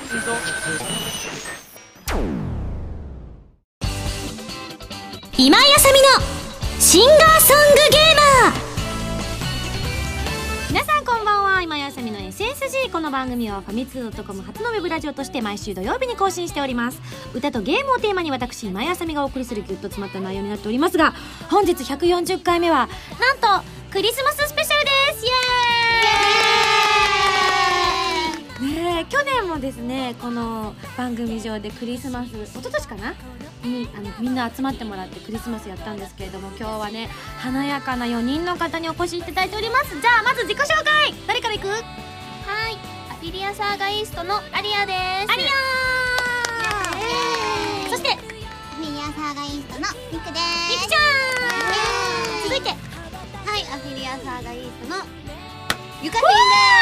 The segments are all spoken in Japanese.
今井あさみのシンガーソングゲーマー。皆さんこんばんは、今井あさみの SSG。 この番組はファミツー.com 初のウェブラジオとして毎週土曜日に更新しております。歌とゲームをテーマに私今井あさみがお送りするギュッと詰まった内容になっておりますが、本日140回目はなんとクリスマススペシャルです。イエーイねえ、去年もですねこの番組上でクリスマス、一昨年かなにみんな集まってもらってクリスマスやったんですけれども、今日はね華やかな4人の方にお越しいただいております。じゃあまず自己紹介、誰からいく？ はい、アフィリアサーガイーストのアリアです。 アリアー。そしてアフィリアサーガイーストのミクです。 ミクちゃん。続いて、 はい、アフィリアサーガイーストのゆかりん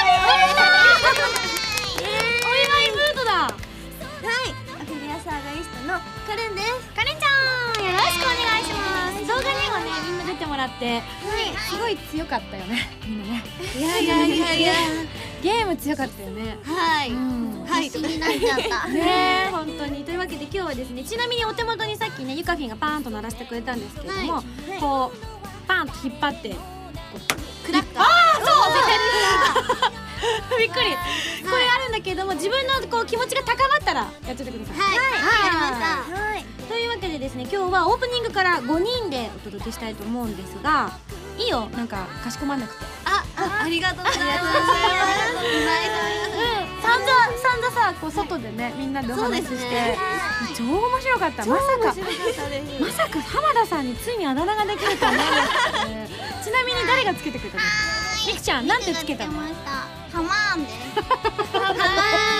です。 お祝いムードだ。 はい、アフィリアサーガイーストのカレンです。 カレンちゃん、よろしくお願いします。動画にもねみんな出てもらって、すごい強かったよね、みんなね。 いやいやいやいや、 ゲーム強かったよね。 はい、はいとかになっちゃったねえ、本当に。というわけで今日はですね、ちなみにお手元にさっきねゆかフィンがパーンと鳴らしてくれたんですけれども、こうパーンと引っ張ってクラッカー、 びっくり、これあるんだけども、自分のこう気持ちが高まったらやっちゃってください。 はい、わかりました。はい、 というわけでですね、今日はオープニングから5人でお届けしたいと思うんですが、いいよ、なんかかしこまんなくて。 ありがとうございます。 散々さ、こう外でねみんなでお話しして、超面白かった。まさか浜田さんについにあだ名ができるとは思わなくて、ちなみに誰がつけてくれたの？みくちゃん、なんてつけたの？ ハマーンです。ハマ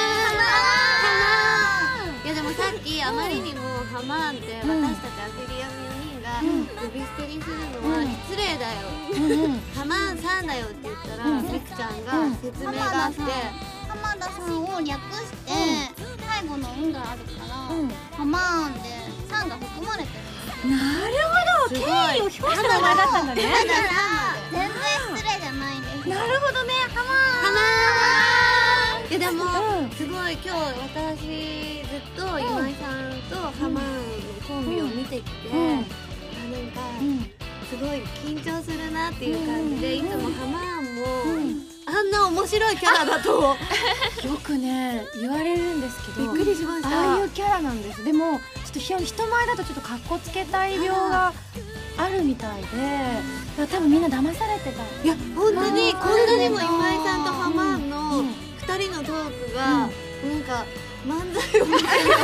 ーン。いやでもさっきあまりにもハマーンって私たちアフィリアの4人が呼び捨てにするのは失礼だよ、ハマーンさんだよって言ったら、みくちゃんが説明があって、浜田さんを略して最後の「ん」があるからハマーンで「さん」が含まれてる。 なるほど、敬意を表した名前だったんだね。 全然失礼じゃないんです。 なるほどね、ハマーン。 いやでもすごい今日私ずっと今井さんとハマーンのコンビを見てきて、なんかすごい緊張するなっていう感じで、いつもハマーンもあんな面白いキャラだとよくね言われるんですけど、 びっくりしました。 ああいうキャラなんです。でもちょっと人前だとちょっとかっこつけたい病があるみたいで、多分みんな騙されてた。 いや本当にこんなにも今井さんとハマーンの2人のトークがなんか漫才を見てるこんな面白い姿を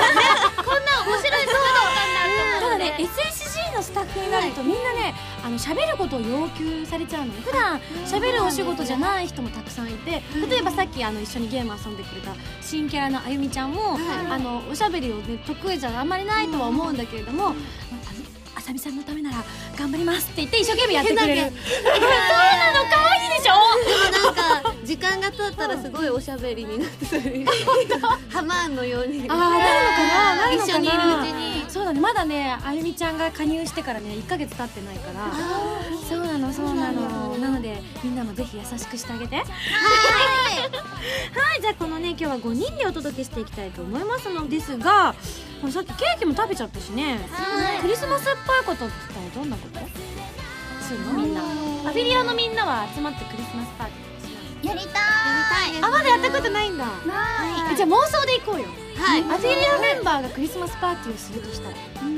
ただね、SSG のスタッフになるとみんなね喋ることを要求されちゃうの。普段喋るお仕事じゃない人もたくさんいて、例えばさっき一緒にゲーム遊んでくれた新キャラのあゆみちゃんもおしゃべりをね得意じゃあんまりないとは思うんだけれども、あさみさんのためなら頑張りますって言って一生懸命やってくれる。そうなの、可愛いでしょ。 でもなんか時間が経ったらすごいおしゃべりになってハマーンのようになるのかな、 一緒にいるうちに。 そうだね、まだねあゆみちゃんが加入してからね1ヶ月経ってないから。そうなのそうなの。なのでみんなもぜひ優しくしてあげて。はい、じゃあこのね今日は5人でお届けしていきたいと思いますのですが、さっきケーキも食べちゃったしね、クリスマスっぽいことって言ったらどんなことするの？みんなアフィリアのみんなは集まってクリスマスパーティーやりたい。 あ、まだやったことないんだ。じゃあ妄想でいこうよ。 はい、 アフィリアメンバーがクリスマスパーティーをするとしたら、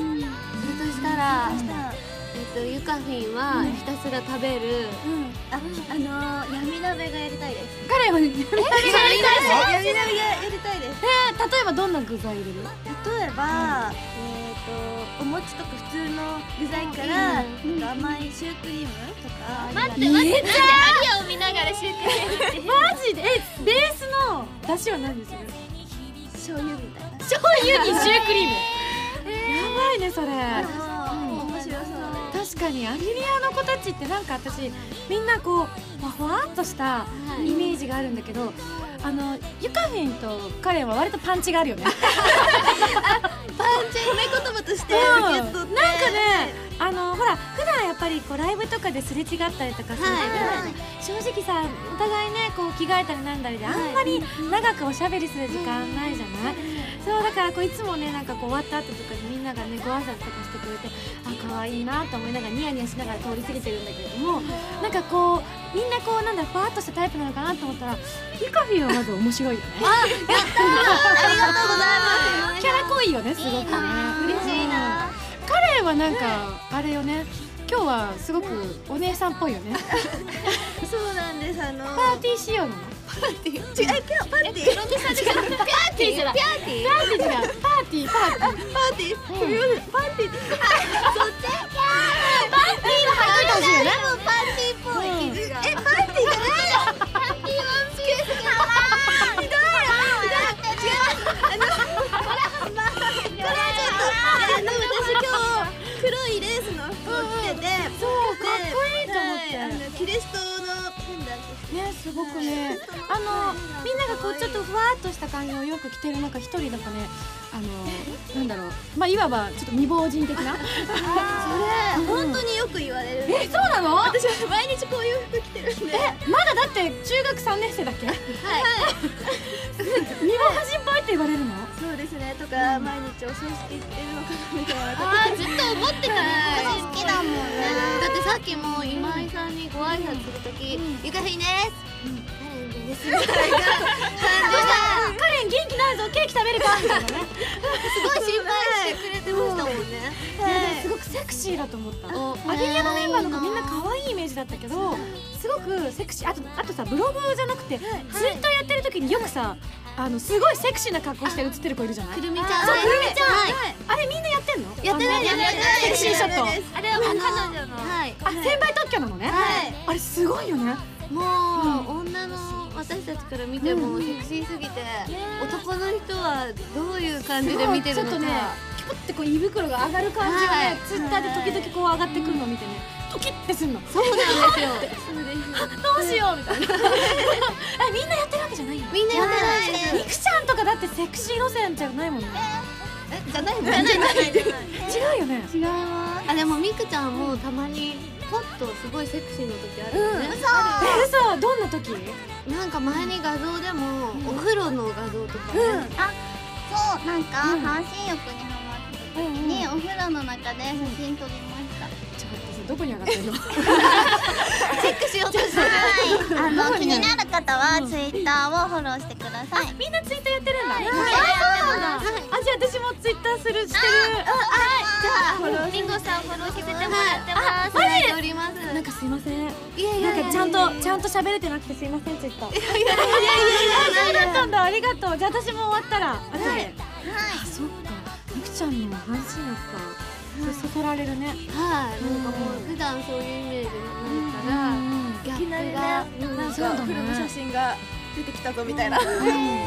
ゆかフィンはひたすら食べる闇鍋がやりたいです。 彼は闇鍋がやりたい。 闇鍋がやりたいです。 例えばどんな具材入れる？ 例えばお餅とか普通の具材から甘いシュークリームとか。待って待って、なんでアリアを見ながらシュークリームマジで？ベースの出汁は何でする？ 醤油みたいな。 醤油にシュークリーム。やばいねそれ。 面白そう。 確かにアフィリアの子たちってなんか私みんなこうふわっとしたイメージがあるんだけど、ゆかフィンとカレンは割とパンチがあるよね。 パンチ褒め言葉として受け取って、 なんかねほら普段やっぱりこうライブとかですれ違ったりとかするけど、正直さお互いねこう着替えたりなんだりであんまり長くおしゃべりする時間ないじゃない。そうだからこういつもねなんかこう終わった後とかにみんながねご挨拶とかしてくれて、あ可愛いなと思いながらニヤニヤしながら通り過ぎてるんだけれども、なんかこうみんなこうなんだふわっとしたタイプなのかなと思ったら、ゆかフィンはまず面白いよね。 ありがとうございます。 キャラ濃いよねすごくね。 嬉しいな。 カレンはなんかあれよね、今日はすごくお姉さんっぽいよね。 そうなんです。 パーティー仕様なの？ パーティー。違う、パーティー。ロミさんじゃなくて、パーティーじゃない。パーティー。 パーティー違う。パーティー。 パーティー。パーティー。パーティー。そっち。パーティーは入ってほしいよね。パーティーっぽい生地が。パーティーじゃないの。ハッピーワンピースが。ひどい。私今日黒いレースの服を着てて、 そうかっこいいと思って。 キリストのペンダントね、すごくね、みんながこうちょっとふわっとした感じをよく着てる中、一人なんかね、なんだろう、まあいわばちょっと未亡人的な。 それ本当によく言われる。 そうなの？ 私は毎日こういう服着てるんで。 まだだって中学3年生だっけ？はい。未亡人っぽいって言われるの？ そうですね。とか毎日お葬式行ってるのかなみたいな。ずっと思ってたね。好きだもんね。だってさっきも今井さんにご挨拶するとき、ゆかふぃんです。カレンですみたいな感じで。 カレン元気ないぞ、ケーキ食べるかみたいなね。 すごい心配してくれてましたもんね。 すごくセクシーだと思った。アフィリアのメンバーの子みんな可愛いイメージだったけど、すごくセクシー。あとさ、ブログじゃなくてツイッターやってる時によくさ、すごいセクシーな格好して写ってる子いるじゃない？ くるみちゃん。 そう、くるみちゃん。あれみんなやってんの？ やってない。 セクシーショット。 あれは彼女の。 先輩特許なのね。あれすごいよね。 もう女の私たちから見てもセクシーすぎて、男の人はどういう感じで見てるのか。ちょっとね、 キュッてこう胃袋が上がる感じがね、ツイッターで時々こう上がってくるのを見てね、ドキッてすんの。 そうなんですよ。 どうしようみたいな。みんなやってるわけじゃないの？ みんなやってないです。 ミクちゃんとかだってセクシー路線じゃないもんね。 じゃないもんね。 違うよね。 違います。でもミクちゃんもたまにポッとすごいセクシーな時あるよね。 嘘。どんな時？ なんか前に画像でもお風呂の画像とかね。 そう、なんか半身浴にハマった時にお風呂の中で写真撮りました。 ちょっと待って、どこに上がってるの？ チェックしようとしてる。 気になる方はツイッターをフォローしてください。 みんなツイッターやってるんだ。 そうなんだ。じゃあ私もツイッターしてる。 じゃあリンゴさんフォローさせてもらってます。 マジでおります。 なんかすいません。 いやいやなんかちゃんと喋れてなくてすいませんツイッター。 いやそうだったんだ。ありがとう。じゃあ私も終わったら後で。 はい。 そっか。みくちゃんの半身浴か。そそられるね。 はい。なんかもう普段そういうイメージがないからギャップがなんかフルの写真が出てきたぞみたいな。 で、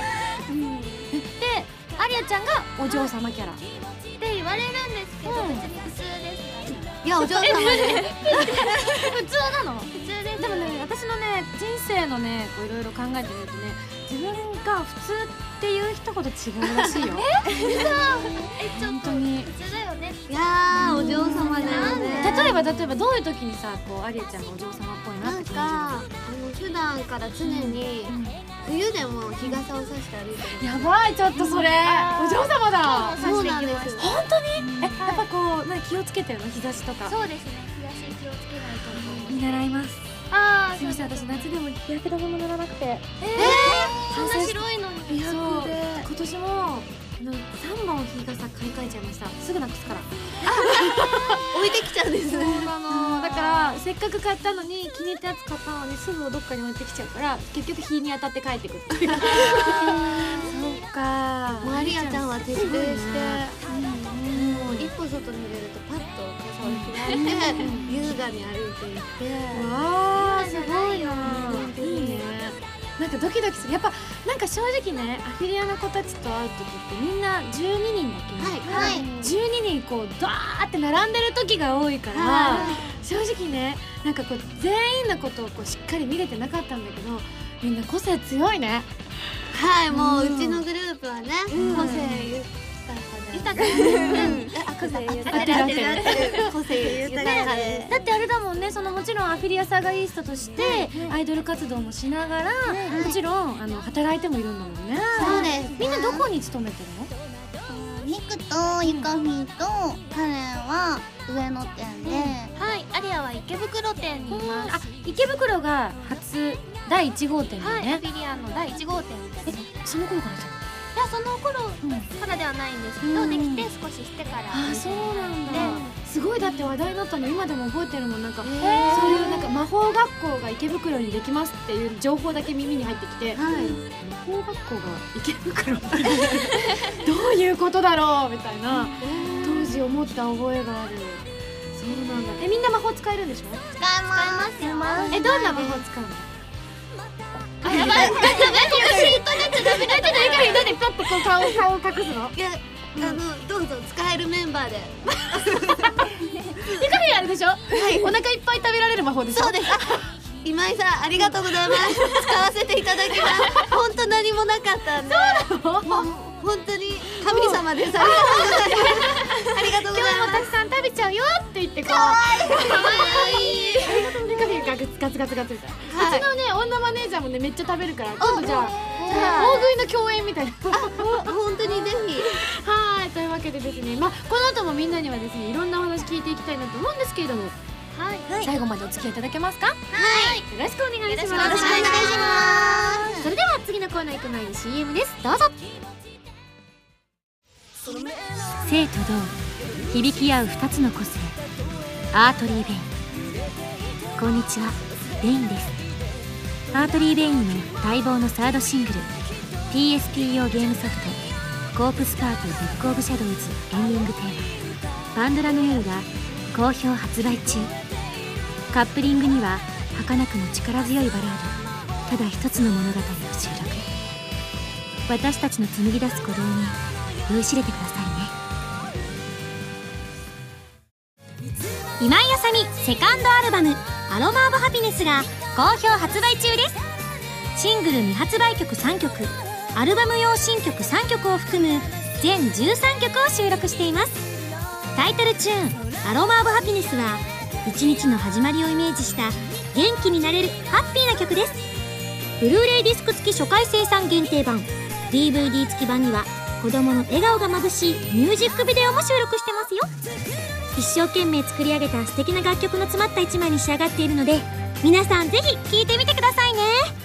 アリアちゃんがお嬢様キャラ。 って言われるんですけど、別に普通です。 いやお嬢様で。 普通なの？ 普通です。 でもね、私のね人生のねこういろいろ考えてみるとね、自分が普通っていう人ほど違うらしいよ。本当に。 普通だよね。 いやーお嬢様だよね。 例えばどういう時にさ、こうアリエちゃんがお嬢様っぽいなって感普段から常に冬でも日傘を差して歩いてる。 じ？やばい、ちょっとそれお嬢様だ。 そうなんです。 本当に？やっぱこう気をつけてるの？日差しとか。 そうですね。日差し気をつけないと思う。 見習います。すみません、私夏でも日焼け止めも塗らなくて。 そんな白いのに。 そう、今年も3本日傘買い替えちゃいました。すぐなくすから。 置いてきちゃうんですね。 そうなの。だからせっかく買ったのに気に入ったやつ買ったのにすぐどっかに置いてきちゃうから、結局日に当たって帰ってくるっていう。そうか。 マリアちゃんは徹底して、もう一歩外に出るとパッと傘を開いて優雅に歩いていって。 わー、すごいな。いいね。なんかドキドキする。やっぱなんか正直ね、アフィリアの子たちと会う時ってみんな12人だっけ？ はい。 12人こうダーって並んでる時が多いから、 正直ねなんかこう全員のことをこうしっかり見れてなかったんだけどみんな個性強いね。 はい、もううちのグループはね個性豊か個性豊か個性豊かでだってあれだもんね、そのもちろんアフィリアサガイーストとしてアイドル活動もしながらもちろん働いてもいるんだもんね。 そうです。 みんなどこに勤めてるの？ ミクとゆかみとカレンは上野店で、 はい、アリアは池袋店にいます。 あ、池袋が初第1号店だよね。 はい、アフィリアの第1号店です。 その頃からじゃん。 いや、その頃からではないんですけど、できて少ししてから。 あ、そうなんだ。すごい、だって話題になったの今でも覚えてるもん。なんかそういうなんか魔法学校が池袋にできますっていう情報だけ耳に入ってきて、魔法学校が池袋どういうことだろうみたいな当時思った覚えがある。そうなんだ。みんな魔法使えるんでしょ？ 使います。 どんな魔法使うの？ あ、やばい、シートネットダメだってないから。 だってパッとこう顔を隠すの？ いや、どうぞ使えるメンバーで。 いかにあれでしょ？はい、お腹いっぱい食べられる魔法でしょ？ そうです。今井さん、ありがとうございます。使わせていただきます。本当何もなかったんで。そうなの？本当に神様です。ありがとうございます。 今日もたくさん食べちゃうよって言ってこう。かわいい。ありがとうね。ガツガツガツみたいな。うちのね女マネージャーもねめっちゃ食べるから今度じゃあ大食いの共演みたいな。 本当にぜひ。 はい、というわけでですね、この後もみんなにはですねいろんなお話聞いていきたいなと思うんですけれども、はい、最後までお付き合いいただけますか？はい、よろしくお願いします。 よろしくお願いします。 それでは次のコーナー行く前に CM です。どうぞ。生と同響き合う2つの個性、アートリー・ベイン。こんにちは、ベインです。アートリー・ベインの待望のサードシングル PSP 用ゲームソフトコープスパーティーブックオブシャドウズエンディングテーマパンドラの夜が好評発売中。カップリングには儚くも力強いバラード、ただ一つの物語を収録。私たちの紡ぎ出す鼓動に酔いしれてくださいね。今井あさみセカンドアルバムアロマオブハピネスが好評発売中です。シングル未発売曲3曲、アルバム用新曲3曲を含む全13曲を収録しています。タイトルチューンアロマオブハピネスは一日の始まりをイメージした元気になれるハッピーな曲です。ブルーレイディスク付き初回生産限定版、 DVD 付き版には子供の笑顔がまぶしいミュージックビデオも収録してますよ。一生懸命作り上げた素敵な楽曲の詰まった一枚に仕上がっているので、皆さんぜひ聴いてみてくださいね。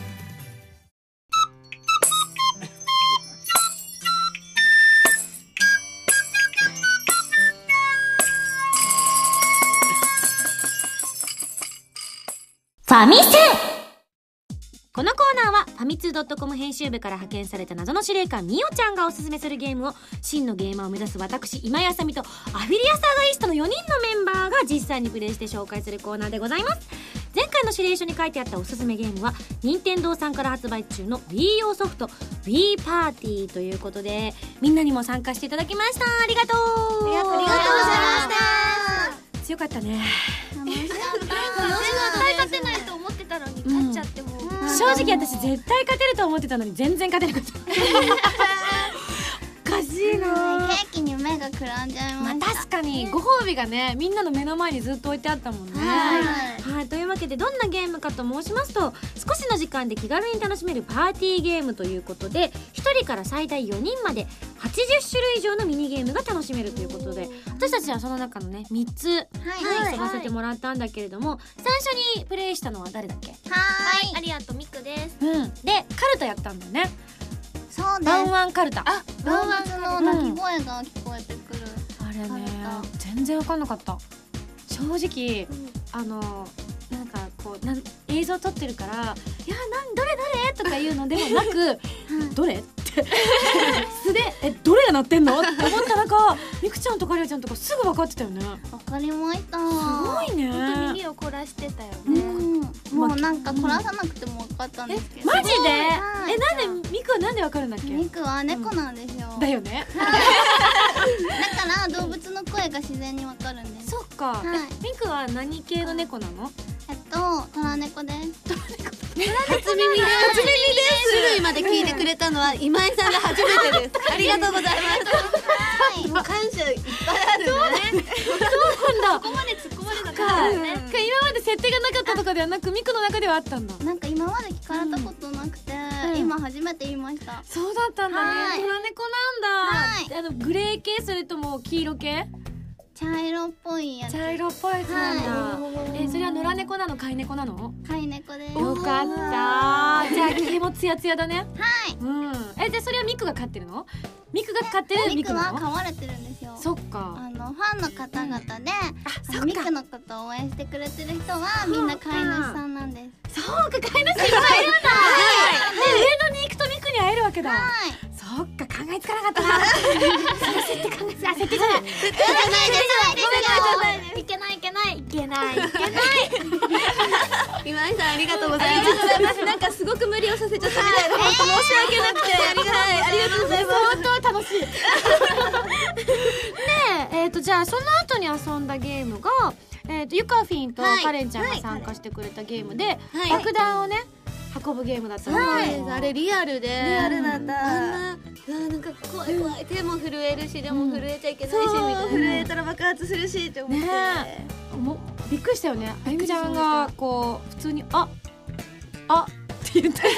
ファミセン。このコーナーはファミツー .com 編集部から派遣された謎の司令官みおちゃんがおすすめするゲームを真のゲーマーを目指す私今井あさみとアフィリアサーガイストの4人のメンバーが実際にプレイして紹介するコーナーでございます。前回の指令書に書いてあったおすすめゲームは任天堂さんから発売中の Wii 用ソフト Wii パーティーということで、みんなにも参加していただきました。ありがとう。 ありがとうございました。 強かったね。 楽しかった。 絶対勝てないと思ってたのに勝っちゃっても、 正直私絶対勝てると思ってたのに全然勝てなかった。おかしいな。 ケーキに目がくらんじゃいました。 確かにご褒美がねみんなの目の前にずっと置いてあったもんね。はい、というわけでどんなゲームかと申しますと、少しの時間で気軽に楽しめるパーティーゲームということで、1人から最大4人まで80種類以上のミニゲームが楽しめるということで、私たちはその中のね3つ遊ばせてもらったんだけれども、最初にプレイしたのは誰だっけ？ アリアとミクです。 でカルタやったんだよね。 そうです。 ワンワンカルタ。 動物の鳴き声が聞こえてくる。 あれね全然分かんなかった。正直、なんかこう映像撮ってるから、いやどれとか言うのでもなくどれって素でどれが鳴ってんのって思った中、みくちゃんとかりあちゃんとかすぐ分かってたよね。 わかりました。 すごいね。 本当に耳を凝らしてたよね。 もうなんか凝らさなくても分かったんですけど。 マジで？なんでみくはななんでわかるんだっけ？ ミクは猫なんですよ。 だよね。 だから動物の声が自然にわかるんです。 そっか。 はいミクは何系の猫なの？ トラ猫です。 初耳で種類まで聞いてくれたのは今井さんが初めてです。ありがとうございます。もう感謝いっぱいあるね。 そうなんだ。 ここまで突っ込まれなかったね。 今まで設定がなかったとかではなくミクの中ではあったんだ。 なんか今まで聞かれたことなくて、今初めて言いました。 そうだったんだね。 はいトラ猫なんだ。グレー系それとも黄色系？ 茶色っぽいやつ。 茶色っぽいやつなんだ。それは野良猫なの飼い猫なの？ 飼い猫です。 よかった。じゃあ毛もツヤツヤだね。 はい。 うん。じゃあそれはミクが飼ってるの？ミクが飼ってるミミクはクなの？ 飼われてるんですよ。 そっか。 ファンの方々でそっかミクのことを応援してくれてる人はみんな飼い主さんなんです。 そうか、飼い主いっぱいいるんだ。で、上野に行くとミクに会えるわけだ。 はい。 そっか、考えつかなかったな。それ設定考えつか、設定じゃない。いけないいけないいけないいけない。 今井さんありがとうございます。なんかすごく無理をさせちゃったみたいで本当申し訳なくてありがとうございます。 相当楽しい。で、じゃあその後に遊んだゲームが、ゆかフィンとカレンちゃんが参加してくれたゲームで、爆弾をね運ぶゲームだったんですけど、 あれリアルでリアルだったなんか怖い怖い、手も震えるしでも震えちゃいけないしみたいな、震えたら爆発するしって思って、 もうびっくりしたよね。あゆみちゃんがこう普通にあって言って固ま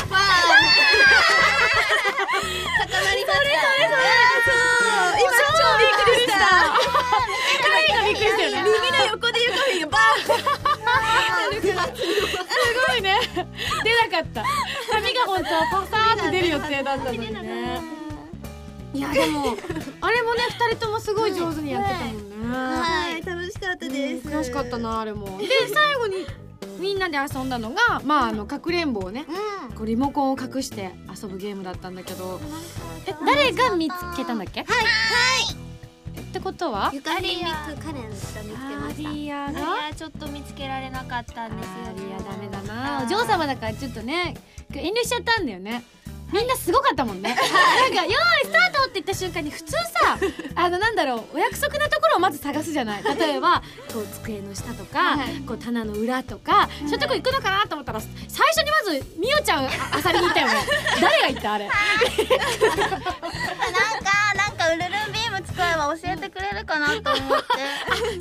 りました。今超びっくりした。 カレンがびっくりしたよね。 耳の横でゆかみんがバーン。 すごいね。出なかった。髪が本当はパサーって出る予定だったのにね。いやでもあれもね2人ともすごい上手にやってたもんね。 はい、楽しかったです。 楽しかったなあれも。で最後にみんなで遊んだのがかくれんぼをね、こうリモコンを隠して遊ぶゲームだったんだけど、誰が見つけたんだっけ？はいってことはゆかりん、ミク、カレンが見つけました。 リアがちょっと見つけられなかったんですよ。 リアダメだな。お嬢様だからちょっとね遠慮しちゃったんだよね。みんなすごかったもんね。なんか「よーいスタート!」って言った瞬間に普通さなんだろう、お約束なところをまず探すじゃない。例えばこう机の下とか、こう棚の裏とか、そういうとこ行くのかなと思ったら最初にまずみおちゃんあさりに行ったよね。誰が行ったあれ？ なんかウルルンビーム使えば教えてくれるかなと思って。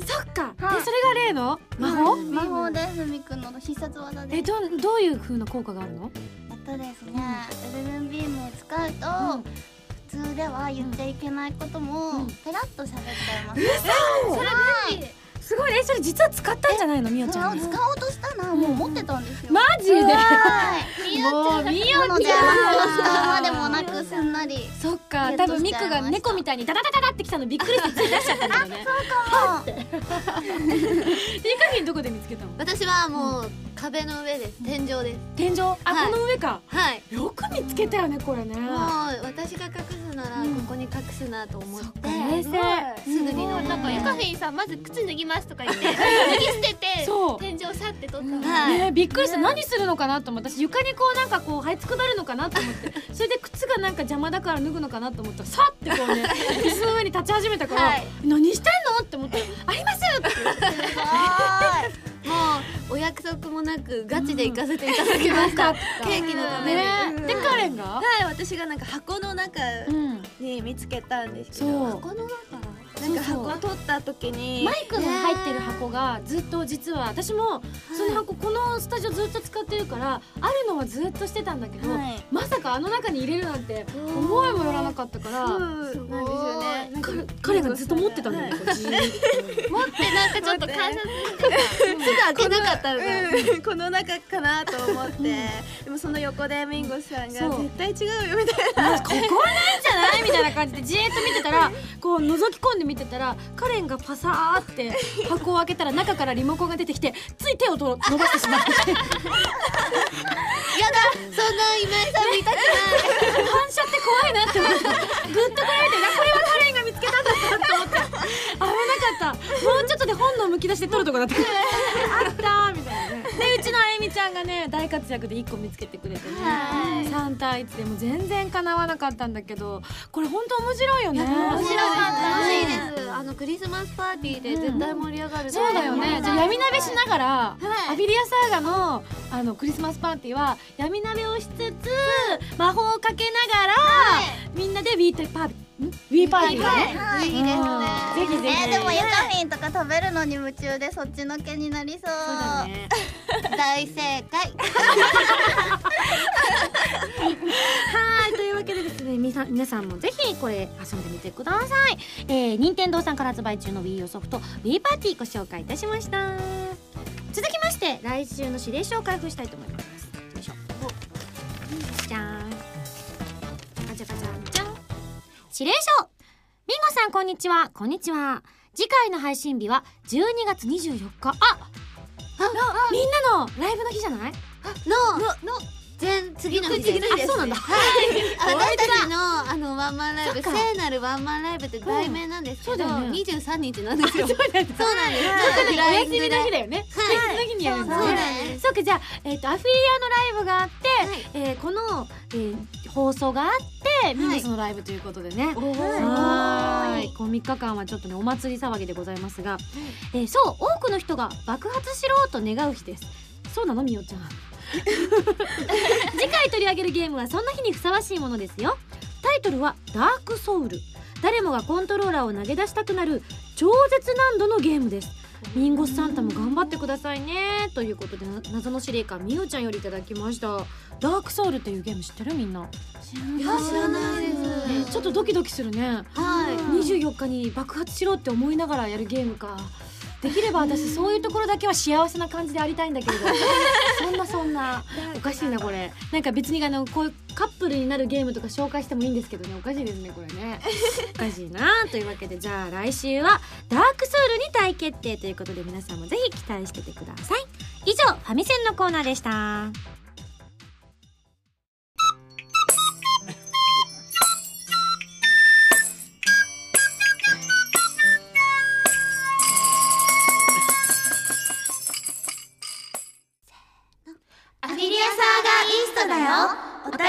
そっか。それが例の魔法？ 魔法です。ミクの必殺技です。 どういう風な効果があるの？ ですね、ウルルンビームを使うと、普通では言っていけないこともペラッと喋っちゃいます。 それ便利。すごい。それ実は使ったんじゃないの？みおちゃん。 使おうとしたらもう持ってたんですよ。 マジで？もうみおちゃん。 なので使うまでもなくすんなり。 そっか。多分ミクが猫みたいにダダダダダってきたのびっくりしてつい出しちゃったんだよね。 そうかも。 ゆかりんどこで見つけたの？ 私はもう壁の上です。天井です。 天井？この上か。 はい。 よく見つけたよねこれね。 もう私が隠すならここに隠すなと思って。 冷静。 すぐになんかゆかフィンさんまず靴脱ぎますとか言って脱ぎ捨てて天井さって取ったの。 ね、びっくりした。何するのかなと思って、私床にこうなんかこう這いつくばるのかなと思って、それで靴がなんか邪魔だから脱ぐのかなと思ったらさってこうね椅子の上に立ち始めたから、何してんのって思って「あります!」って言って。 もうお約束もなくガチで行かせていただきました。ケーキのために。 でカレンが？ はい、私がなんか箱の中に見つけたんですけど、 箱の中なんか箱を取った時にマイクの入ってる箱がずっと実は私もその箱このスタジオずっと使ってるからあるのはずっとしてたんだけど、まさかあの中に入れるなんて思いもよらなかったから、 そうなんですよね。 彼がずっと持ってたんだよね。 持ってなんかちょっと観察してた。 すぐ開けなかったのがこの中かなと思って、でもその横でミンゴさんが絶対違うよみたいな、 ここはないんじゃないみたいな感じでじーっと見てたら、こう覗き込んで見てたらカレンがパサーって箱を開けたら中からリモコンが出てきてつい手を伸ばしてしまってやだ、そんな今井さん見たくない。 反射って怖いなって思ってグッとこられて、これはカレンが見つけたんだなと思って危なかった。もうちょっとで本能むき出して取るとこだったあったーみたいなね。 でうちのあゆみちゃんがね大活躍で1個見つけてくれてね、3対1でも全然かなわなかったんだけど、これ本当面白いよね。 面白かった。楽しいです。クリスマスパーティーで絶対盛り上がる。 そうだよね。じゃあ闇鍋しながらアフィリアサーガのクリスマスパーティーは闇鍋をしつつ魔法をかけながらみんなでウィーパーティーだね。 いいですね。 ぜひぜひ。 でもゆかみんとか食べるのに夢中でそっちのけになりそう。そうだね。 大正解。 はい、というわけでですね、皆さんもぜひこれ遊んでみてください。任天堂さんから発売中の Wii U ソフト Wii パーティーご紹介いたしました。続きまして来週の指令書を開封したいと思います。よいしょ。じゃーん。ガチャガチャンじゃん。指令書。ミンゴさんこんにちは。こんにちは。次回の配信日は12月24日。みんなのライブの日じゃない？ 次の日です。 そうなんだ。 私たちのワンマンライブ、聖なるワンマンライブって題名なんですけど、23日なんですよ。そうなんです。お休みの日だよね。その日にやるんですね。そうか、じゃあアフィリアのライブがあって、この放送があってミンゴスのライブということでね。はい。この3日間はちょっとねお祭り騒ぎでございますが、そう多くの人が爆発しろと願う日です。そうなのみおちゃん。次回取り上げるゲームはそんな日にふさわしいものですよ。タイトルはダークソウル。誰もがコントローラーを投げ出したくなる超絶難度のゲームです。ミンゴスサンタも頑張ってくださいねということで、謎の司令官みおちゃんよりいただきました。ダークソウルっていうゲーム知ってる？みんな知らないです。 ちょっとドキドキするね。24日に爆発しろって思いながらやるゲームか。できれば私そういうところだけは幸せな感じでありたいんだけれどそんなおかしいなこれ。なんか別にこういうカップルになるゲームとか紹介してもいいんですけどね、おかしいですねこれね。おかしいなというわけで、じゃあ来週はダークソウルに大決定ということで、皆さんもぜひ期待しててください。以上ファミセンのコーナーでした。 だよお便りコ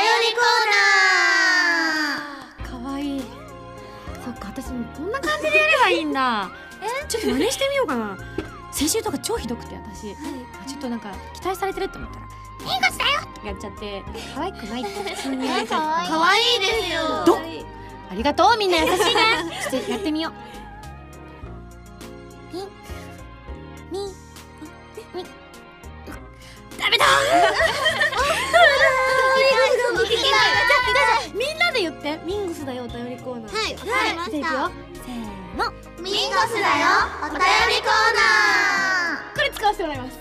ーナー。 かわいい。そっか、私もこんな感じでやればいいんだ。ちょっと真似してみようかな。先週とか超ひどくて私、ちょっとなんか期待されてるって思ったら「ミンゴスだよ!」ってやっちゃって可愛くないって普通に言われちゃった。 可愛いですよ。 どっありがとう、みんな優しいね。ちょっとやってみよう。ダメだみんなで言って。ミンゴスだよお便りコーナー。 はい、わかりました。 せーの、 ミンゴスだよお便りコーナー。 これ使わせてもらいます。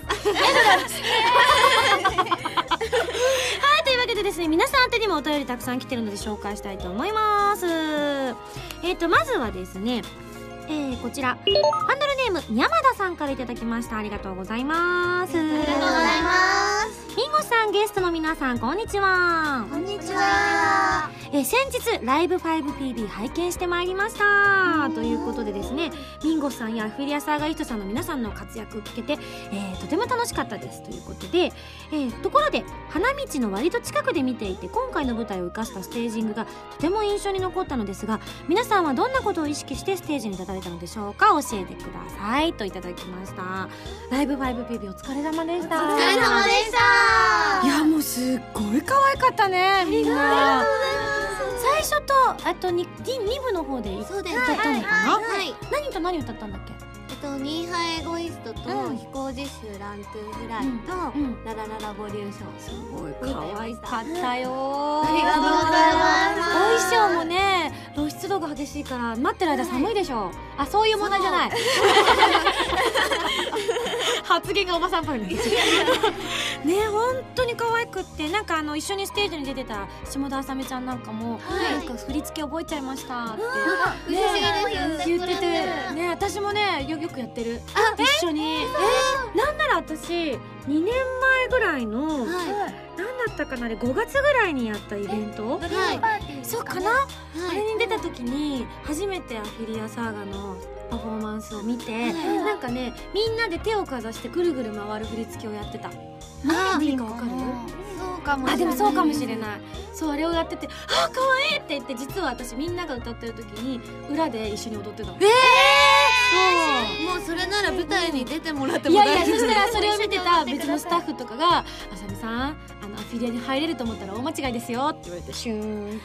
はい、というわけでですね、皆さん宛てにもお便りたくさん来てるので紹介したいと思います。まずはですね、こちらハンドルネーム山田さんからいただきました。ありがとうございます。 ありがとうございます。 ミンゴさん、ゲストの皆さん、こんにちは。 こんにちは。 先日ライブ 5PB 拝見してまいりましたということでですね、ミンゴさんやアフィリアサーガイストさんの皆さんの活躍を聞けて、とても楽しかったですということで、ところで花道の割と近くで見ていて、今回の舞台を生かしたステージングがとても印象に残ったのですが、皆さんはどんなことを意識してステージに立たれたのでしょうか。教えてくださいといただきました。ライブ 5PB お疲れ様でした。 お疲れ様でした。 いや、もうすっごい可愛かったね、みんな。最初とあと 2部の方で歌ったのかな。何と何歌ったんだっけ。 ニーハエゴイストと飛行実習ラントゥーフライとララララボリューション。すごい可愛かったよ。 ありがとうございます。 お衣装もね、露出度が激しいから待ってる間寒いでしょ。あ、そういう問題じゃない。発言がおばさんっぽいね。ね、本当に可愛くって、なんか一緒にステージに出てた下田あさみちゃんなんかも、なんか振り付け覚えちゃいまして言っててね、私もねよくやってる。一緒に。なんなら私2年前ぐらいのなんだだったかな、あれ5月ぐらいにやったイベント、そうかな、あれに出た時に初めてアフィリアサーガのパフォーマンスを見て、なんかねみんなで手をかざしてぐるぐる回る振り付けをやってた。何かわかる？ そうかもしれない。 でもそうかもしれない。そう、あれをやってて、あ、可愛いって言って、実は私みんなが歌ってる時に裏で一緒に踊ってたの。 もうそれなら舞台に出てもらっても大丈夫。 いやいや、そしたらそれを見てた別のスタッフとかが、あさみさん、アフィリアに入れると思ったら大間違いですよって言われて、シューン。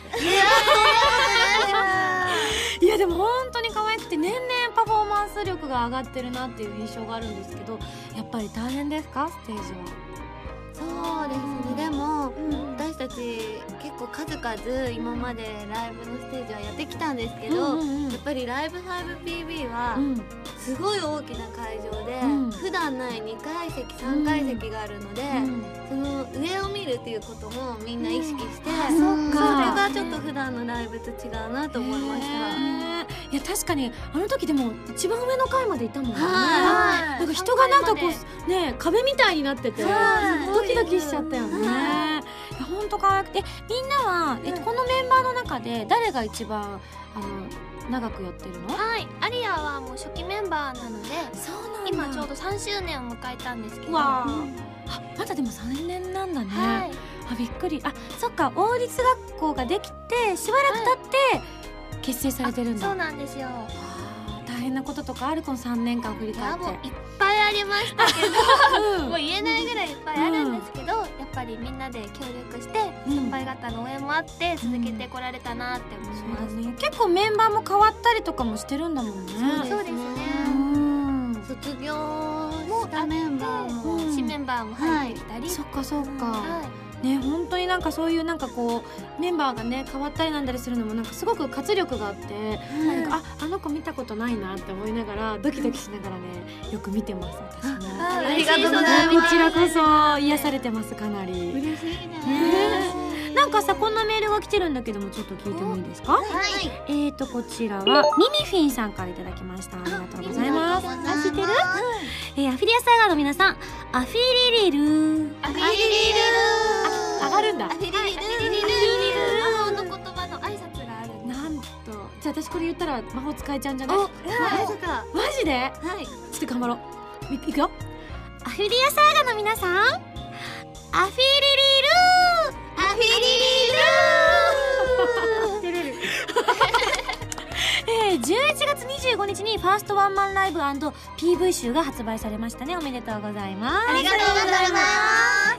いやでも本当に可愛くて、年々パフォーマンス力が上がってるなっていう印象があるんですけど、やっぱり大変ですか、ステージは？ そうですね。でも、私たち結構数々今までライブのステージはやってきたんですけど、やっぱりライブ 5PB はすごい大きな会場で、普段ない2階席3階席があるので、その上を見るっていうこともみんな意識して、それがちょっと普段のライブと違うなと思いました。 いや確かにあの時でも一番上の階までいたもんね。なんか人がなんかこうね、壁みたいになっててドキドキしちゃったよね。いや本当可愛くて、みんなはこのメンバーの中で誰が一番長くやってるの？ はい、アリアはもう初期メンバーなので、 そうなんだ。 今ちょうど3周年を迎えたんですけど、 わあ、まだでも3年なんだね。あ、びっくり。あ、そっか、王立学校ができてしばらく経って結成されてるんだ。 そうなんですよ。 大変なこととかある？この3年間振り返って。 もういっぱいありましたけどもう言えないぐらいいっぱいあるんですけど、やっぱりみんなで協力して先輩方の応援もあって続けてこられたなって思います。 結構メンバーも変わったりとかもしてるんだもんね。 そうですね。 卒業したメンバーも新メンバーも入ってきたり、 そっかそっか。ね、本当になんかそういうなんかこうメンバーがね変わったりなんだりするのもなんかすごく活力があって、なんかあの子見たことないなって思いながらドキドキしながらねよく見てます私ね。 ありがとうございます。 こちらこそ癒されてます。かなり嬉しいね。 なんかさ、こんなメールが来てるんだけどもちょっと聞いてもいいですか？ はい。 こちらはミミフィンさんからいただきました。ありがとうございます。知ってる？アフィリアサーガーの皆さん、アフィリリルアフィリリル上がるんだ。 アフィリリル魔法の言葉の挨拶がある。 なんと、じゃあ私これ言ったら魔法使えちゃうんじゃない？ まさか。 マジで？ はい。 ちょっと頑張ろう。いくよ。アフィリアサーガーの皆さん、アフィリリルアフィリリル 11月25日にファーストワンマンライブ&PV 集が発売されましたね。おめでとうございます。 ありがとうございます。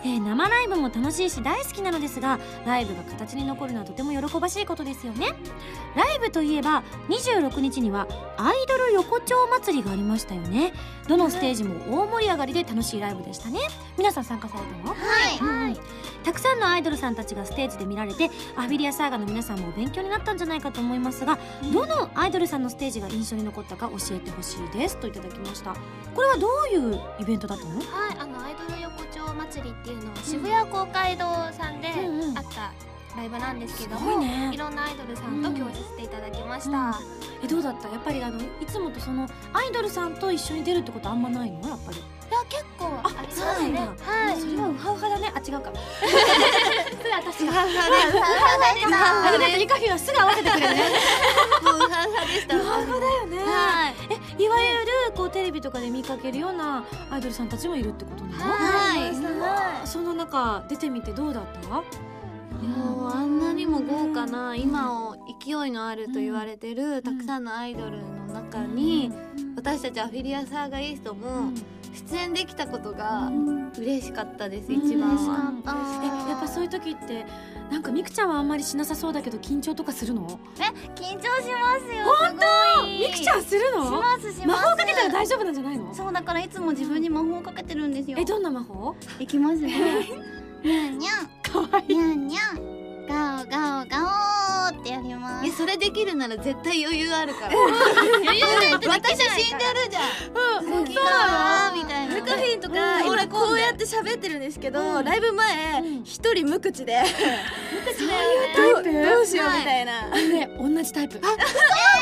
生ライブも楽しいし大好きなのですが、ライブが形に残るのはとても喜ばしいことですよね。ライブといえば26日にはアイドル横丁祭りがありましたよね。どのステージも大盛り上がりで楽しいライブでしたね。皆さん参加されたの？ はい。 たくさんのアイドルさんたちがステージで見られて、アフィリアサーガの皆さんも勉強になったんじゃないかと思いますが、どのアイドルさんのステージが印象に残ったか教えてほしいですといただきました。これはどういうイベントだったの？ はい、アイドル横丁祭りっていうのは渋谷公会堂さんであったライブなんですけども、いろんなアイドルさんと共演させていただきました。 どうだった？やっぱりいつもとそのアイドルさんと一緒に出るってことあんまないの？やっぱり。 いや結構ありますね。 はい。それはウハウハだね。あ、違うか。すぐ私が。 ウハウハだってリカフィはすぐ合わせてくれるね。 もうウハウハでした。 ウハウハだよね。 はい。 いわゆるこうテレビとかで見かけるようなアイドルさんたちもいるってことなの？ はい。 その中出てみてどうだった？ いやあんなにも豪華な今を勢いのあると言われてるたくさんのアイドルの中に、私たちアフィリアサーガイストも出演できたことが嬉しかったです。一番はやっぱそういう時ってなんかみくちゃんはあんまりしなさそうだけど緊張とかするの？ 緊張しますよ。 本当？みくちゃんするの？ します魔法かけたら大丈夫なんじゃないの？ そうだからいつも自分に魔法をかけてるんですよ。 どんな魔法？ いきますね。にゃんにゃんかわいい。 にゃんにゃんガオガオガオってやります。 いやそれできるなら絶対余裕あるから余裕ないと私死んでるじゃん。 そうなのみたいな。 ムカフィンとか今こうやって喋ってるんですけど、ライブ前一人無口で無口だよね。 どうしようみたいな。 ね、同じタイプ。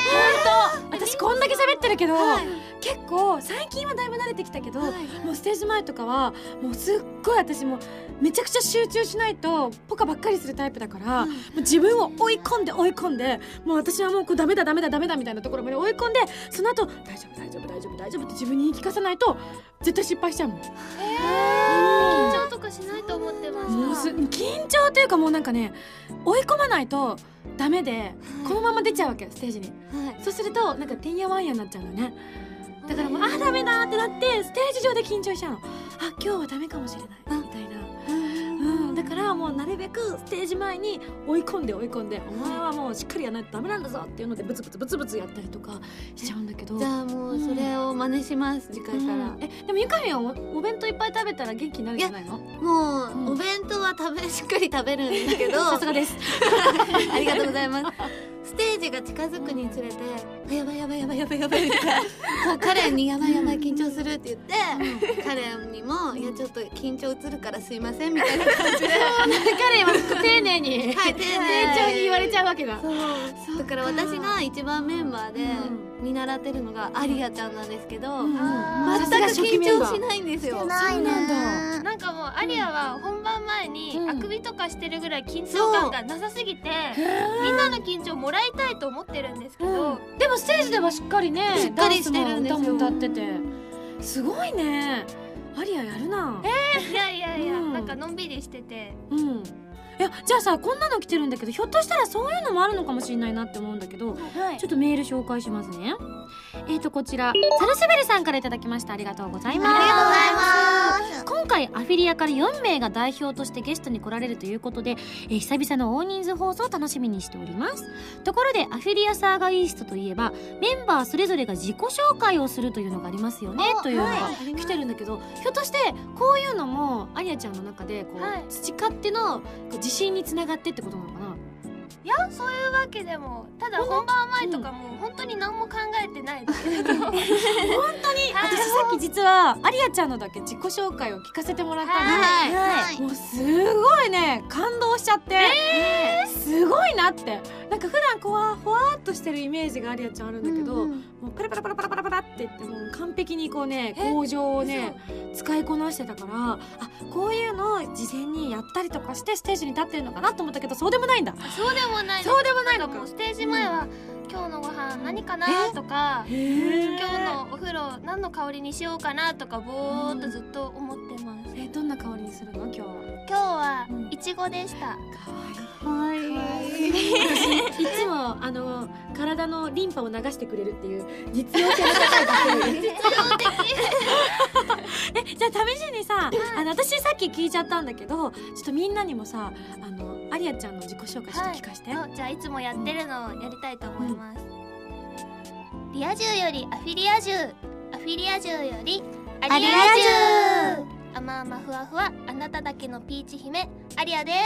私こんだけ喋ってるけど、結構最近はだいぶ慣れてきたけど、もうステージ前とかはもうすっごい私もめちゃくちゃ集中しないとポカばっかりするタイプだから、もう自分を追い込んでもう私はもうこうダメだみたいなところまで追い込んで、その後大丈夫って自分に言い聞かせないと絶対失敗しちゃうもん。 緊張とかしないと思ってました。 緊張というかもうなんかね、追い込まないとダメでこのまま出ちゃうわけ、ステージに。そうするとなんかてんやわんやになっちゃうのね。だからもうダメだってなってステージ上で緊張しちゃうの。今日はダメかもしれないみたいな。だからもうなるべくステージ前に追い込んでお前はもうしっかりやらないとダメなんだぞっていうのでブツブツやったりとかしちゃうんだけど。 じゃあもうそれを真似します、次回から。 でもゆかみんはお弁当いっぱい食べたら元気になるんじゃないの？ もうお弁当はしっかり食べるんですけどさすがです。 ありがとうございます。ステージが近づくにつれてやばいとかこうカレンにやばい緊張するって言ってカレンにもいやちょっと緊張移るからすいませんみたいな感じでカレンは丁寧に丁重に言われちゃうわけだ。 だから私が一番メンバーで見習ってるのがアリアちゃんなんですけど、全く緊張しないんですよ。 そうなんだ。 なんかもうアリアは本番前にあくびとかしてるぐらい緊張感がなさすぎて、みんなの緊張もらいたいと思ってるんですけど、 でもステージではしっかりね、 しっかりしてるんですよ。 歌も歌っててすごいね。アリアやるな。 いや、なんかのんびりしてて。 いや、じゃあさ、こんなの来てるんだけど、ひょっとしたらそういうのもあるのかもしれないなって思うんだけど、ちょっとメール紹介しますね。こちらサルスベルさんからいただきました。ありがとうございます。 ありがとうございます。 今回アフィリアから4名が代表としてゲストに来られるということで、久々の大人数放送を楽しみにしております。ところでアフィリアサーガイーストといえばメンバーそれぞれが自己紹介をするというのがありますよね、というのが来てるんだけど、ひょっとしてこういうのもアリアちゃんの中でこう、培っての自信につながってってことなのかな。 いや、そういうわけでも、ただ本番前とかも本当に何も考えてないですけど本当に、 私さっき実はアリアちゃんのだけ自己紹介を聞かせてもらったので、もうすごいね、感動しちゃって、すごいなって。なんか普段こうふわっとしてるイメージがアリアちゃんあるんだけど、もうパラパラって言ってもう完璧にこうね、口上をね使いこなしてたから、こういうのを事前にやったりとかしてステージに立ってるのかなと思ったけど、そうでもないんだ。 そうでもないのか。もうステージ前は、今日のご飯何かなとか、今日のお風呂何の香りにしようかなとか、ぼーっとずっと思ってます。 どんな香りにするの今日は？ 今日はいちごでした。 かわいい。いつも体のリンパを流してくれるっていう実用性の高い実用的じゃあ試しにさ、私さっき聞いちゃったんだけど、ちょっとみんなにもさ、アリアちゃんの自己紹介ちょっと聞かせて。 じゃあいつもやってるのをやりたいと思います。リア充よりアフィリア充、アフィリア充よりアリア充、甘々ふわふわあなただけのピーチ姫アリアです。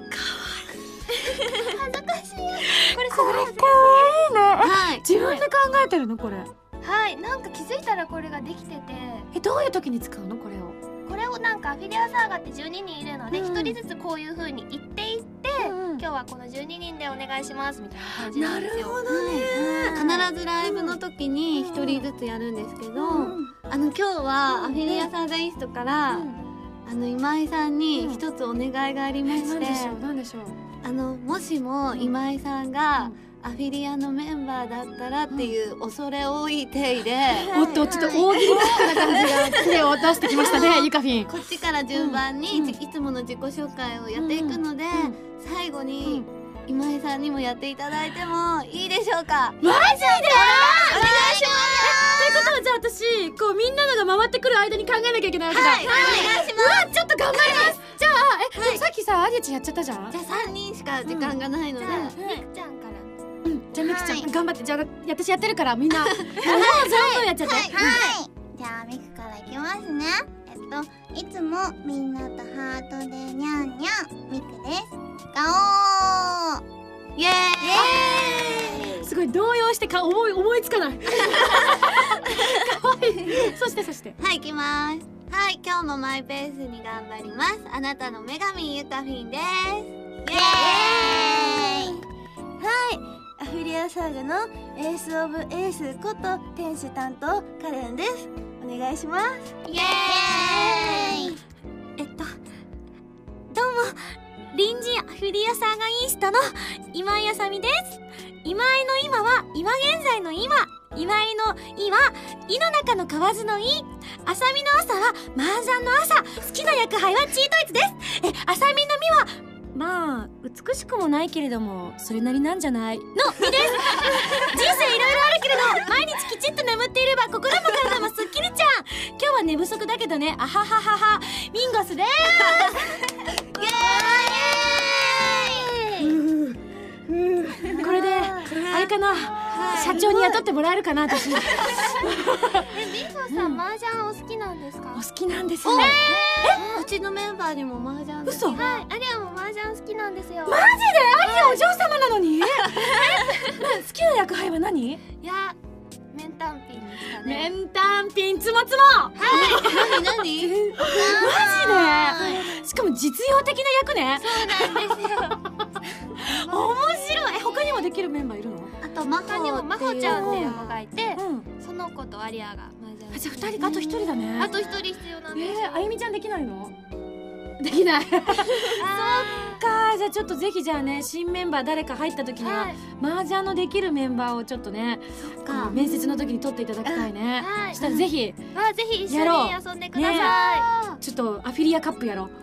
恥ずかしい。これすごいかわいいね。自分で考えてるのこれ？ はい、なんか気づいたらこれができてて。 どういう時に使うのこれを？ これをなんかアフィリアサーガって12人いるので、1人ずつこういう風に言っていって、今日はこの12人でお願いしますみたいな感じなんですよ。 なるほどね。 必ずライブの時に1人ずつやるんですけど、今日はアフィリアサーガイストから、今井さんに一つお願いがありまして、 何でしょう？ もしも今井さんがアフィリアのメンバーだったらっていう恐れ多い体で、 おっとちょっと大喜利な感じが手を出してきましたね、ゆかフィン。 こっちから順番にいつもの自己紹介をやっていくので、最後に今井さんにもやっていただいてもいいでしょうか？ マジで？お願いします。ということはじゃあ私こうみんなのが回ってくる間に考えなきゃいけないわけだ。 はい、お願いします。 ちょっと頑張ります。じゃあさっきさアリアちゃんやっちゃったじゃん。 じゃあ3人しか時間がないので、 みくちゃんから。 じゃあみくちゃん頑張って。じゃあ私やってるからみんな存分やっちゃって。 はい。じゃあミクからいきますね。いつもみんなとハートでにゃんにゃんミクです。ガオー。 イエーイ。 すごい動揺して思いつかない。かわいい。そしてはい、いきます。はい、今日もマイペースに頑張ります。あなたの女神ゆかフィンです。イエーイ。 アフィリアサーガのエースオブエースこと天使担当カレンです。お願いします。 イエーイ。 どうも隣人アフィリアサーガイーストの今井あさみです。今井の今は今現在の今、今井の井は井の中の蛙の井、あさみの朝は麻雀の朝、好きな役杯はチートイツです。あさみの実はまあ美しくもないけれどもそれなりなんじゃないの実です。人生いろいろあるけれど毎日きちっと眠っていれば心も体もすっきりちゃん。今日は寝不足だけどね、あははははミンゴスです。これであれかな、社長に雇ってもらえるかな私。 ミンゴさん、麻雀お好きなんですか？ お好きなんですね。 うちのメンバーにも麻雀です。 嘘。 はい、アリアも麻雀好きなんですよ。 マジでアリアお嬢様なのに？好きな役杯は何？ いや、メンタンピンですかね。 メンタンピンつもつも。 何マジで。しかも実用的な役ね。 そうなんですよ。 面白い。他にもできるメンバーいるの？ あとマ他にもマホちゃんっていう子がいて、 うん。 その子とアリアが麻雀。 じゃあ2人、あと1人だね。 あと一人必要なんです。 あゆみちゃんできないの？できない。そっか。じゃあちょっとぜひじゃあね、新メンバー誰か入った時には、麻雀のできるメンバーをちょっとね、面接の時に取っていただきたいね。 はい。 したらぜひぜひ一緒に遊んでください。 ちょっとアフィリアカップやろう。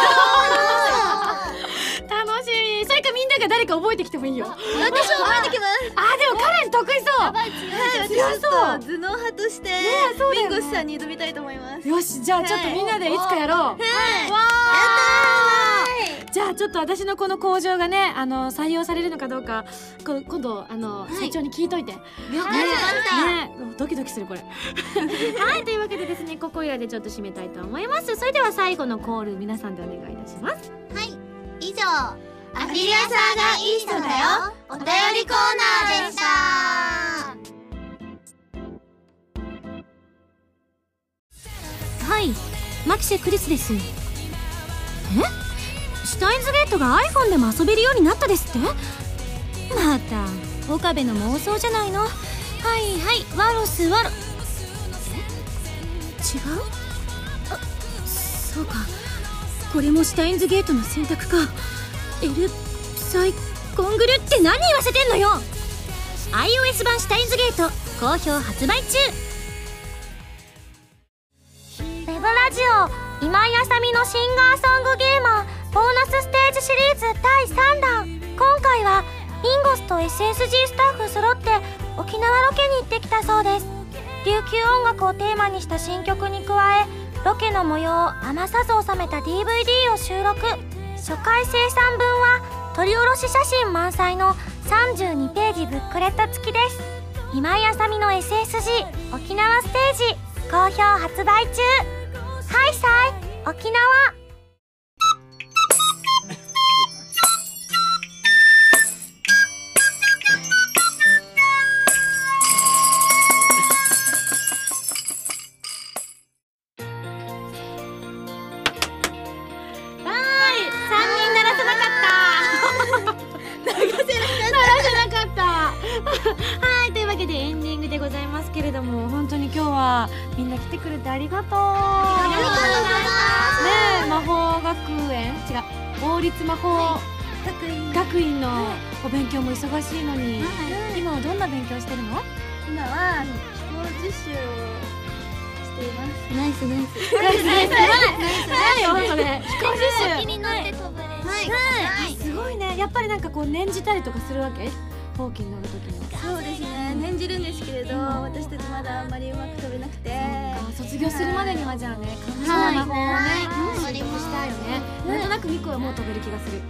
楽しみ。それかみんなが誰か覚えてきてもいいよ。 私も覚えてきます。 あ、でもカレン得意そう。 はい、 強そう。 私ちょっと頭脳派としてミンゴスさんに挑みたいと思います。 よし、じゃあちょっとみんなでいつかやろう。わー。じゃあちょっと私のこの向上がね、採用されるのかどうか今度社長に聞いといて。 了解しました。 ね、ドキドキするこれ。はい、というわけでですね、ここいらでちょっと締めたいと思います。それでは最後のコール皆さんでお願いいたします。 はい、以上アフィリアサーガイーストだよお便りコーナーでした。 はい、マキシェクリスです。シュタインズゲートが iPhone でも遊べるようになったですって？また岡部の妄想じゃないの。はいはい、ワロスワロ。違う？あ、そうか、これもシュタインズゲートの選択か。エルサイコングルって何言わせてんのよ。 iOS 版シュタインズゲート好評発売中。 ウェブラジオ今井あさみのシンガーソングゲーマーボーナスステージシリーズ第3弾。今回はミンゴスと SSG スタッフ揃って沖縄ロケに行ってきたそうです。琉球音楽をテーマにした新曲に加え、ロケの模様を余さず収めた DVD を収録。初回生産分は撮り下ろし写真満載の32ページブックレット付きです。今井あさみの SSG 沖縄ステージ好評発売中。ハイサイ沖縄。 はい、というわけでエンディングでございますけれども、本当に今日はみんな来てくれてありがとう。ありがとうございます。ねえ、魔法学園、違う、王立魔法学院のお勉強も忙しいのに、今はどんな勉強してるの？ 今は飛行実習をしています。 ナイスナイス。 ナイスナイス。何よそれ。飛行実習。 気になって飛ぶです。 はい、 すごいね。やっぱりなんかこう念じたりとかするわけ？ほうきに乗るときには。 そうですね、念じるんですけれど、私たちまだあんまりうまく飛べなくて、 卒業するまでにはじゃあね、 はいその魔法をね、 はい習得したいよね。なんとなくミクはもう飛べる気がする。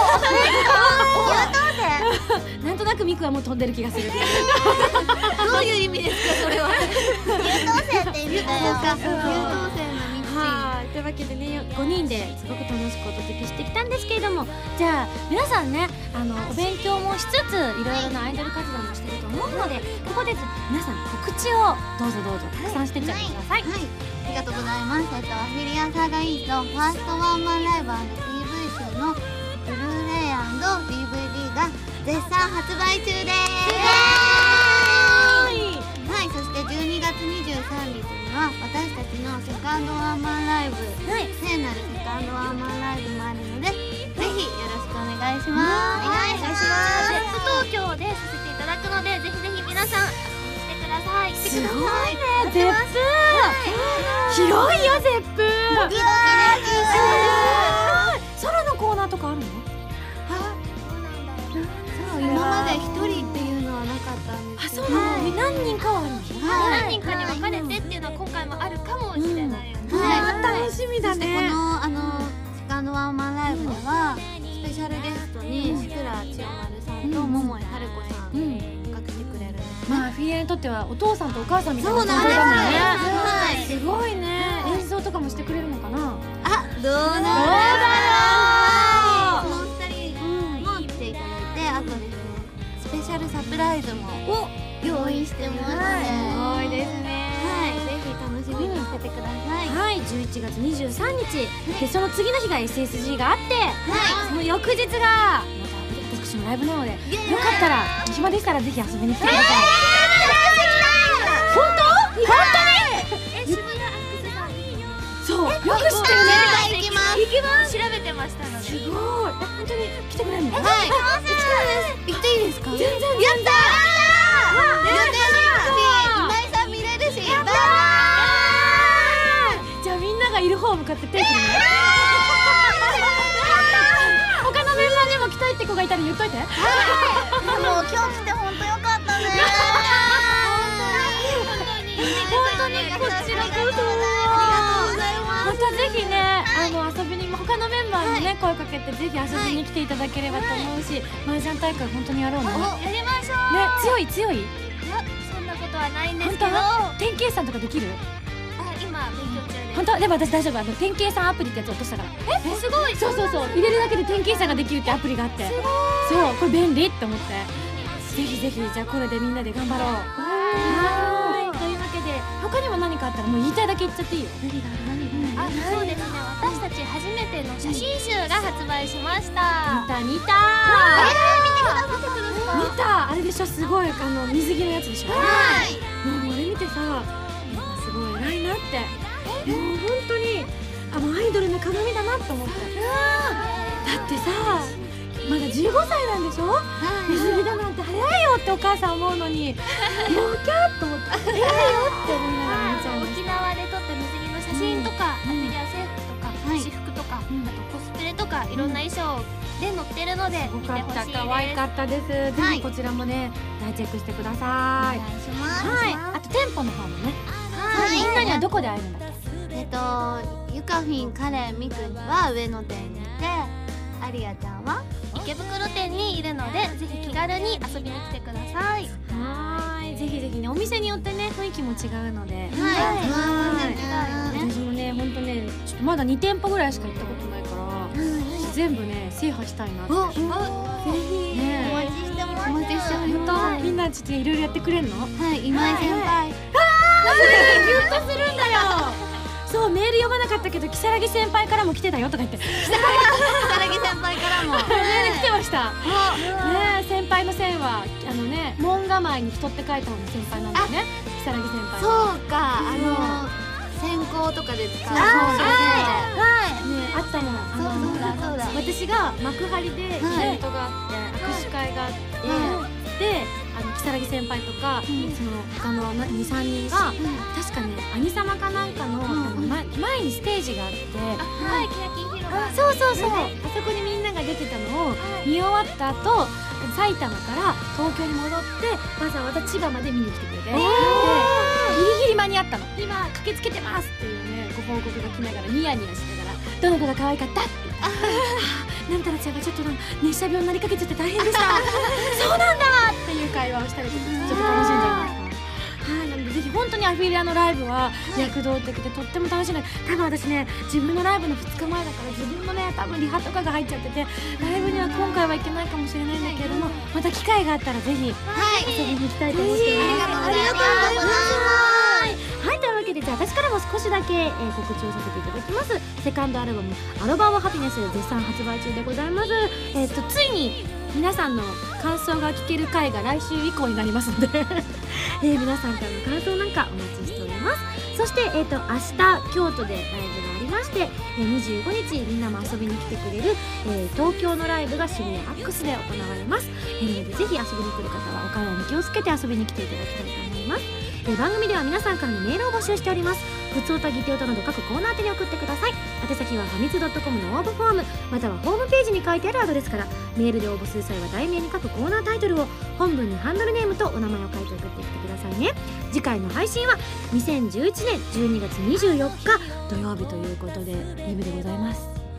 なんとなくミクはもう飛んでる気がする。 どういう意味ですかそれは。 優等生って意味だよ。 優等生のはい、というわけでね、5人ですごく楽しくお届けしてきたんですけれども、じゃあ皆さんね、お勉強もしつついろいろなアイドル活動もしてると思うので、ここで皆さん告知をどうぞどうぞたくさんしてっちゃってください。 はい、ありがとうございます。アフィリアサーガイーストファーストワンマンライブ&PV 集のブルーレイ&DVD が絶賛発売中です。 私たちのセカンドワンマンライブ、聖なるセカンドワンマンライブもあるので、ぜひよろしくお願いします。 お願いします。 ゼップ東京でさせていただくので、ぜひぜひ皆さん来てください。 すごいね、ゼップ広いよ、ゼップソロのコーナーとかあるの？ 今まで一人っていうのはなかったんですけど、 そうなの？何人かはあるの？ 何人かに分かれてっていうのは今回もあるかもしれないよね。 楽しみだね。 このセカンドワンマンライブではスペシャルゲストに志倉千代丸さんと桃井春子さんが来てくれるんです。 まあフィエにとってはお父さんとお母さんみたいなそうなんですだもんね。 はいすごいね。演奏とかもしてくれるのかな？ どうなるだろう。 その二人も来ていただいて、あとですねスペシャルサプライズも用意してますので、 すごいですね。 ぜひ楽しみにしててください。 はい、11月23日でその次の日が SSG があって、その翌日がまた私のライブなので、よかったら暇でしたらぜひ遊びに来てください。本当？本当に？ 渋谷アックスさんそう、よく知ってるね。 行きます。 行きます。調べてましたので。 すごい。本当に来てくれるの？ はい、行っていいですか？ 全然。 やったー。今井さん見れるし。 じゃあみんながいる方向かって手振るね。他のメンバーにも来たいって子がいたら言っといて。 もう今日来て本当よかったね。 本当にこちらこそ。 ありがとうございます。 またぜひね、遊びにも他のメンバーにね声かけてぜひ遊びに来ていただければと思うし、麻雀大会本当にやろうね。 やりましょう。 ね、強い。 いや、そんなことはないんです本けど。 当？天計算とかできる？ 今勉強中です。 本当？でも私大丈夫。天計算アプリってやつ落としたから。 すごい。 そう入れるだけで天計算ができるってアプリがあって、そうこれ便利って思って、ぜひぜひじゃあこれでみんなで頑張ろう。はーい、というわけで他にも何かあったらもう言いたいだけ言っちゃっていいよ。 そうですね。私たち初めての写真集が発売しました。 見たあれでしょ、すごい水着のやつでしょ。もうあれ見てさ、すごい偉いなって、もう本当にアイドルの鏡だなって思って。だってさまだ15歳なんでしょ。水着だなんて早いよってお母さん思うのに、もうキャーっと思って早いよって思いながら見ちゃいました。 沖縄で撮った水着の写真とか、アフィリア制服とか、私服とか、あとコスプレとかいろんな衣装で載ってるので見てほしいです。 可愛かったです。ぜひこちらもね大チェックしてください。 お願いします。 はい。あと店舗の方もね。みんなにはどこで会えるんだっけ？ ゆかフィンカレンミクには上野店にいて、アリアちゃんは池袋店にいるので、ぜひ気軽に遊びに来てください。 ぜひぜひね、お店によってね雰囲気も違うので、私もね本当ねちょっとまだ2店舗ぐらいしか行ったことないから、全部ね制覇したいなって。ぜひねお待ちしてます。 お待ちしており本ます。 当みんなちょっといろいろやってくれんの？ はい、今井先輩。 ギュッとするんだよ。そう、メール読まなかったけど如月先輩からも来てたよとか言って、 如月先輩からも。 メール来てました。ね、先輩の線は門構えに人って書いた方の先輩なんだよね、如月先輩。 そうか、先行とかで使う。 ね、あったもん。 そうだ。 私が幕張でイベントがあって握手会があって、で如月先輩とかその他の 2,3 人が確かね兄様かなんかの前にステージがあって、 はい、ケヤキン広場。 そうあそこにみんなが出てたのを見終わった後、埼玉から東京に戻ってわざわざ千葉まで見に来てくれて、でギリギリ間に合ったの。今駆けつけてますっていうねご報告が来ながらニヤニヤしながら、どの子が可愛かったって言ったら、なんたらちゃんがちょっと熱射病になりかけちゃって大変でしたそうなんだっていう会話をしたりとか、ちょっと楽しんじゃいました。はい、なのでぜひ本当にアフィリアのライブは躍動的でとっても楽しいので、多分私ね自分のライブの2日前だから自分のね多分リハとかが入っちゃってて、ライブには今回は行けないかもしれないんだけれども、また機会があったらぜひ遊びに行きたいと思っています。 ありがとうございます。 はい、というわけでじゃあ私からも少しだけ、告知をさせていただきます。セカンドアルバム「アロバーオハピネス」絶賛発売中でございます。ついに皆さんの感想が聞ける回が来週以降になりますので皆さんからの感想なんかお待ちしております。 そして、明日京都でライブがありまして、25日みんなも遊びに来てくれる、東京のライブが渋谷アックスで行われます。なのでぜひ遊びに来る方はお体に気をつけて遊びに来ていただきたいと思います。番組では皆さんからのメールを募集しております。ふつおたぎておたなど各コーナー宛てに送ってください。宛先はファミツ.com の応募フォームまたはホームページに書いてあるアドレスから。メールで応募する際は題名に書くコーナータイトルを、本文にハンドルネームとお名前を書いて送ってきてくださいね。次回の配信は2011年12月24日土曜日ということでイブでございます。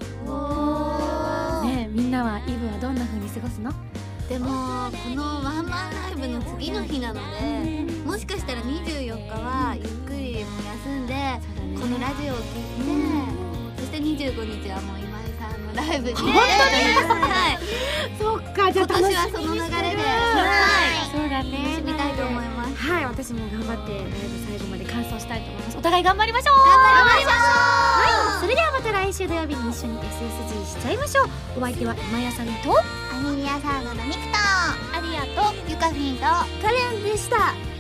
ねえ、みんなはイブはどんな風に過ごすの？ でもこのワンマンライブの次の日なので、もしかしたら24日はゆっくりも休んで、このラジオを聞いて、そして25日はもう今井さんのライブで、 本当にはい、 そっか、じゃあ今年はその流れで、 そうだね、 楽しみたいと思います。 はい、私も頑張ってライブ最後まで完走したいと思います。お互い頑張りましょう。 頑張りましょう。 はい、それではまた来週土曜日に一緒に SSG しちゃいましょう。お相手は今やさみとアニリアサードのミクとアリアとユカフィンとカレンでした。